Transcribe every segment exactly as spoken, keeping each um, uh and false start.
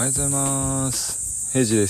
はようございます。平治です。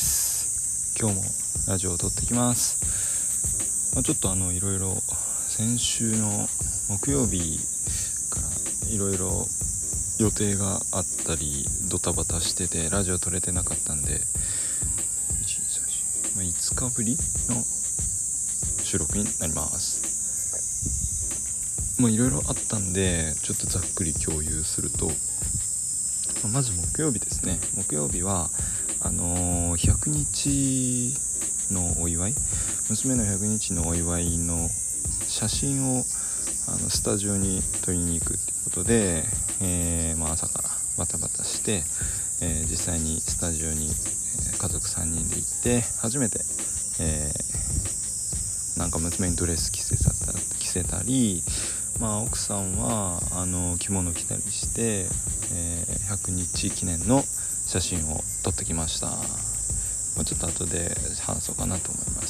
今日もラジオを撮ってきます。まあ、ちょっとあのいろいろ先週の木曜日からいろいろ予定があったりドタバタしててラジオ撮れてなかったんでいち、に、さん、よん、まあ、いつかぶりの収録になります。まあいろいろあったんでちょっとざっくり共有すると、まず木曜日ですね。木曜日はあのー、ひゃくにちのお祝い、娘のひゃくにちのお祝いの写真をあのスタジオに撮りに行くっていうことで、えーまあ、朝からバタバタして、えー、実際にスタジオに家族さんにんで行って初めて、えー、なんか娘にドレス着せた着せたり、まあ、奥さんはあの着物着たりして、えー、ひゃくにち記念の写真を撮ってきました。まあ、ちょっと後で話そうかなと思います。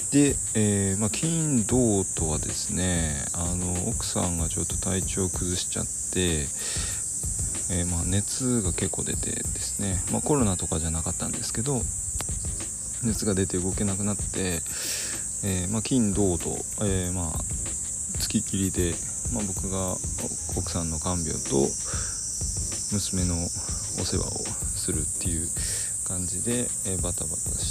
で、えーまあ、金土とはですね、あの奥さんがちょっと体調を崩しちゃって、えーまあ、熱が結構出てですね、まあ、コロナとかじゃなかったんですけど熱が出て動けなくなって、えーまあ、金土と、えーまあ月切りで、まあ、僕が奥さんの看病と娘のお世話をするっていう感じで、えー、バタバタして、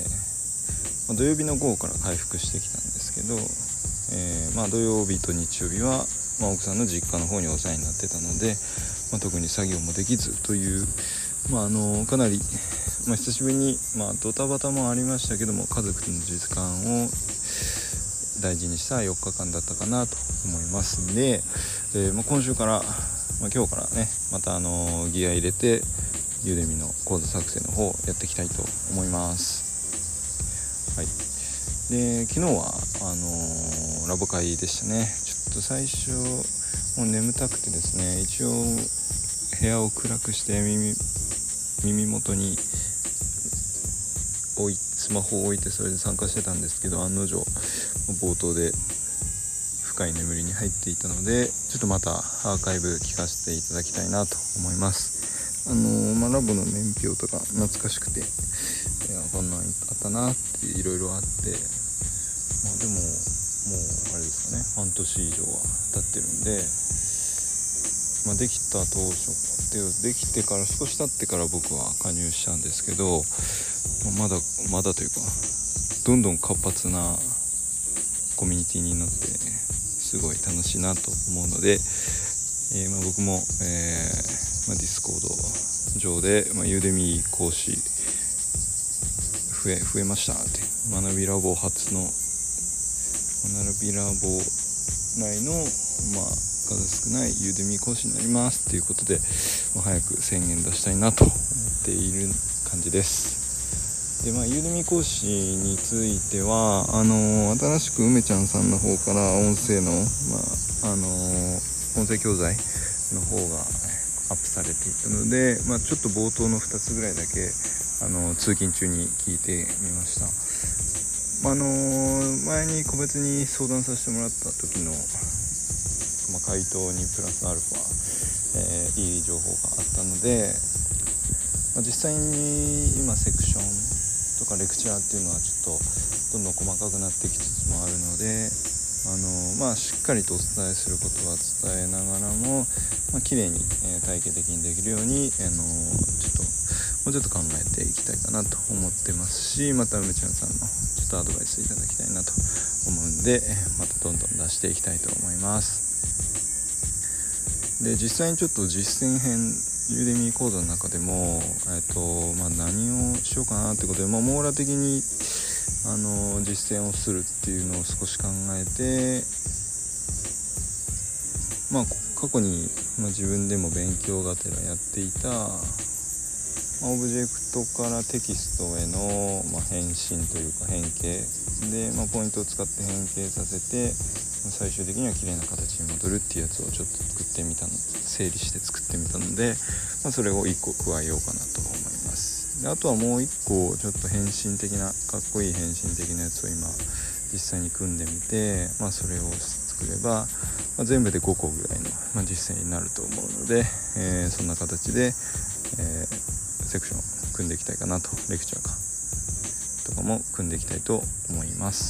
まあ、土曜日の午後から回復してきたんですけど、えーまあ、土曜日と日曜日は、まあ、奥さんの実家の方にお世話になってたので、まあ、特に作業もできずという、まあ、あのかなり、まあ、久しぶりに、まあ、ドタバタもありましたけども家族との時間を大事にしたよっかかんだったかなと思いますんで、えーまあ、今週から、まあ、今日からねまたあのギア入れてユーデミの講座作成の方やっていきたいと思います。はい。で昨日はあのー、ラボ会でしたね。ちょっと最初もう眠たくてですね、一応部屋を暗くして耳耳元に置いスマホを置いてそれで参加してたんですけど、案の定冒頭で深い眠りに入っていたのでちょっとまたアーカイブ聞かせていただきたいなと思います。あのーまあ、ラボの年表とか懐かしくて、いやこんなんあったなっていろいろあって、まあ、でももうあれですかね、半年以上は経ってるんで、まあ、できた当初でできてから少し経ってから僕は加入したんですけど、まだまだというかどんどん活発なコミュニティになってすごい楽しいなと思うので、えーまあ、僕も、えーまあ、ディスコード上で、まあ、ユーデミ講師増え増えましたって、学びラボ初の学びラボ内の、まあ、数少ないユーデミ講師になりますということで、まあ、早く宣言出したいなと思っている感じです。でまあ、ユーデミ講師についてはあのー、新しく梅ちゃんさんの方から音声の、まああのー、音声教材の方がアップされていたので、まあ、ちょっと冒頭のふたつぐらいだけ、あのー、通勤中に聞いてみました。まああのー、前に個別に相談させてもらった時の、まあ、回答にプラスアルファ、えー、いい情報があったので、まあ、実際に今セクションとかレクチャーっていうのはちょっとどんどん細かくなってきつつもあるので、あのまあしっかりとお伝えすることは伝えながらも、まあ、綺麗に、えー、体系的にできるように、あのちょっともうちょっと考えていきたいかなと思ってますし、また梅ちゃんさんのちょっとアドバイスいただきたいなと思うんで、またどんどん出していきたいと思います。で実際にちょっと実践編ユーデミ講座の中でも、えーとまあ、何をしようかなってことで、まあ、網羅的にあの実践をするっていうのを少し考えて、まあ、過去に、まあ、自分でも勉強がてらやっていた、まあ、オブジェクトからテキストへの、まあ、変身というか変形で、まあ、ポイントを使って変形させて最終的には綺麗な形に戻るっていうやつをちょっと作ってみたの整理して作ってみたので、まあ、それをいっこ加えようかなと思います。であとはもういっこちょっと変身的なかっこいい変身的なやつを今実際に組んでみて、まあ、それを作れば、まあ、全部でごこぐらいの、まあ、実践になると思うので、えー、そんな形で、えー、 セクション組んでいきたいかなと、レクチャーかとかも組んでいきたいと思います。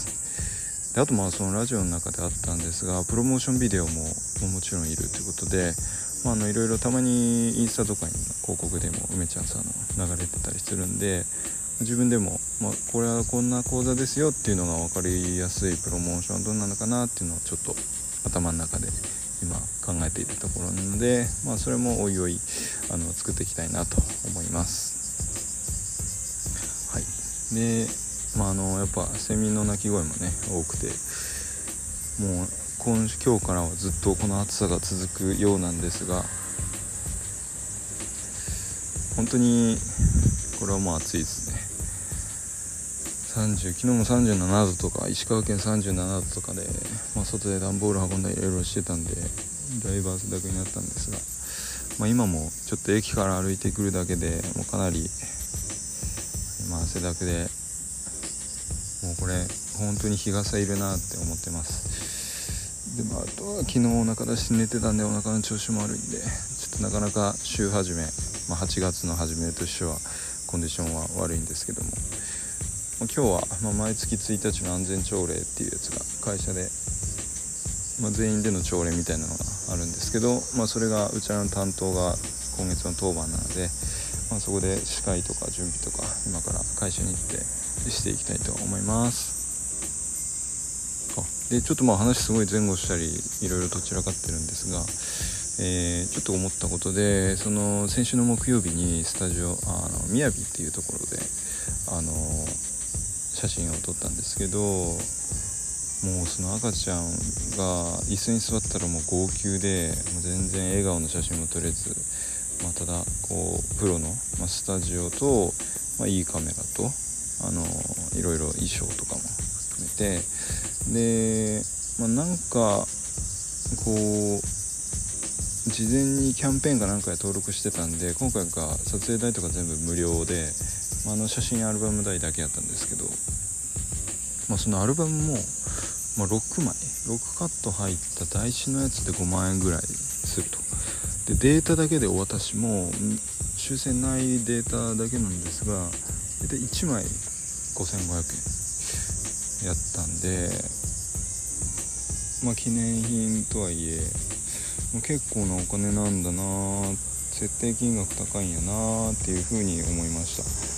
であとまあそのラジオの中であったんですが、プロモーションビデオももちろんいるということで、まあ、あのいろいろたまにインスタとかに広告でも梅ちゃんさんの流れてたりするんで、自分でも、まあ、これはこんな講座ですよっていうのが分かりやすいプロモーションはどんなのかなっていうのをちょっと頭の中で今考えているところなので、まあ、それもおいおいあの作っていきたいなと思います。はい。で、まあ、あのやっぱセミの鳴き声もね多くて、もう今今日からはずっとこの暑さが続くようなんですが、本当にこれはもう暑いですね。さんじゅう昨日もさんじゅうななどとか、石川県さんじゅうななどとかで、まあ、外で段ボール運んだりいろいろしてたんで、だいぶ汗だくになったんですが、まあ、今もちょっと駅から歩いてくるだけでもうかなり、まあ、汗だくで、もうこれ本当に日傘いるなって思ってます。で、まあ、あとは昨日お腹出して寝てたんでお腹の調子も悪いんで、ちょっとなかなか週始め、まあ、はちがつの初めとしてはコンディションは悪いんですけども、まあ、今日は、まあ、毎月ついたちの安全朝礼っていうやつが会社で、まあ、全員での朝礼みたいなのがあるんですけど、まあ、それがうちらの担当が今月の当番なので、まあ、そこで司会とか準備とか今から会社に行ってしていきたいと思います。あでちょっとまあ話すごい前後したりいろいろと散らかってるんですが、えー、ちょっと思ったことで、その先週の木曜日にスタジオあのみやびっていうところであの写真を撮ったんですけど、もうその赤ちゃんが椅子に座ったらもう号泣で、もう全然笑顔の写真も撮れず、まあ、ただこうプロの、まあ、スタジオと、まあ、いいカメラとあのいろいろ衣装とかも含めてで、まあ、なんかこう事前にキャンペーンかなんかで登録してたんで、今回が撮影代とか全部無料で、まあ、あの写真アルバム代だけやったんですけど、まあ、そのアルバムも、まあ、ろくまいろくカット入った台紙のやつでごまんえんぐらいすると。でデータだけでお渡しも修正ないデータだけなんですが、大体いちまいごせんごひゃくえんやったんで、まあ記念品とはいえ、まあ、結構なお金なんだな、設定金額高いんやなっていうふうに思いました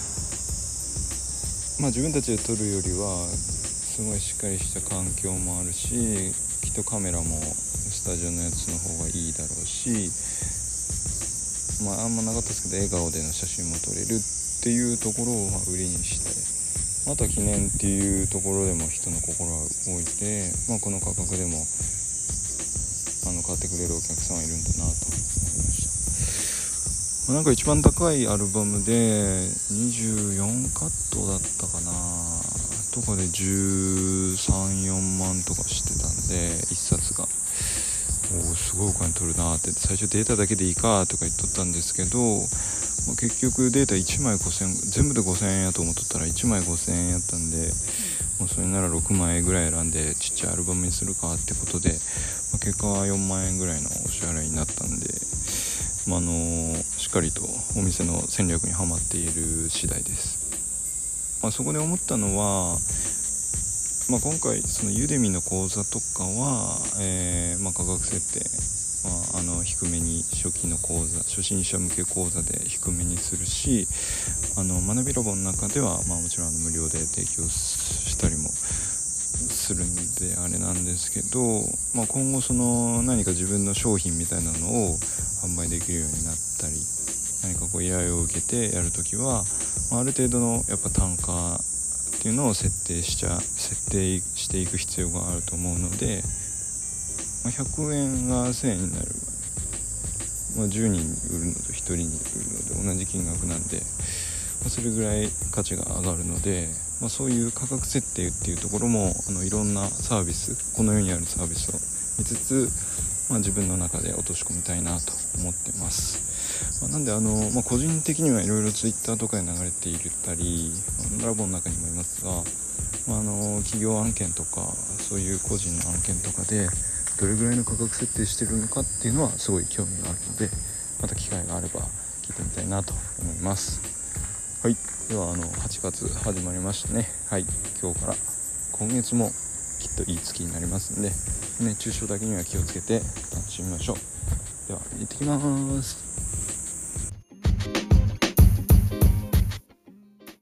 。まあ自分たちで撮るよりはすごいしっかりした環境もあるし、きっとカメラもスタジオのやつの方がいいだろうし、まああんまなかったですけど笑顔での写真も撮れるっていうところをまあ売りにして、あとは記念っていうところでも人の心を置いて、まあ、この価格でもあの買ってくれるお客さんはいるんだなと思いました。なんか一番高いアルバムでにじゅうよんカットだったかなとかでじゅうさん、よんまんとかしてたんで、一冊がおすごいお金取るなって、最初データだけでいいかとか言っとったんですけど、まあ、結局データいちまいごせんえん、全部でごせんえんやと思っとったらいちまいごせんえんやったんで、もうそれならろくまんえんぐらい選んでちっちゃいアルバムにするかってことで、まあ、結果はよんまんえんぐらいのお支払いになったんで、まああのー、しっかりとお店の戦略にはまっている次第です。まあ、そこで思ったのは、まあ、今回そのユデミの講座とかは、えーまあ、価格設定、まあ、あの低めに初期の講座、初心者向け講座で低めにするし、あの学びラボの中では、まあ、もちろんあの無料で提供したりもするんであれなんですけど、まあ、今後その何か自分の商品みたいなのを販売できるようになったり、何かこう依頼を受けてやるときは、まあ、ある程度のやっぱ単価っていうのを設定しちゃ設定していく必要があると思うので、まあ、ひゃくえんがせんえんになる、まあ、じゅうにん売るのとひとりに売るので同じ金額なんで、まあ、それぐらい価値が上がるので、まあ、そういう価格設定っていうところもあのいろんなサービス、この世にあるサービスを見つつ、まあ、自分の中で落とし込みたいなと思ってます。まあ、なんであの、まあ、個人的にはいろいろツイッターとかで流れていたり、ラボの中にもいますが、まあ、あの企業案件とかそういう個人の案件とかでどれぐらいの価格設定してるのかっていうのはすごい興味があるので、また機会があれば聞聞いてみたいなと思います。はい、ではあのはちがつ始まりましたね。はい、今日から今月もきっといい月になりますんで、熱中症だけには気をつけて楽しみましょう。では行ってきます。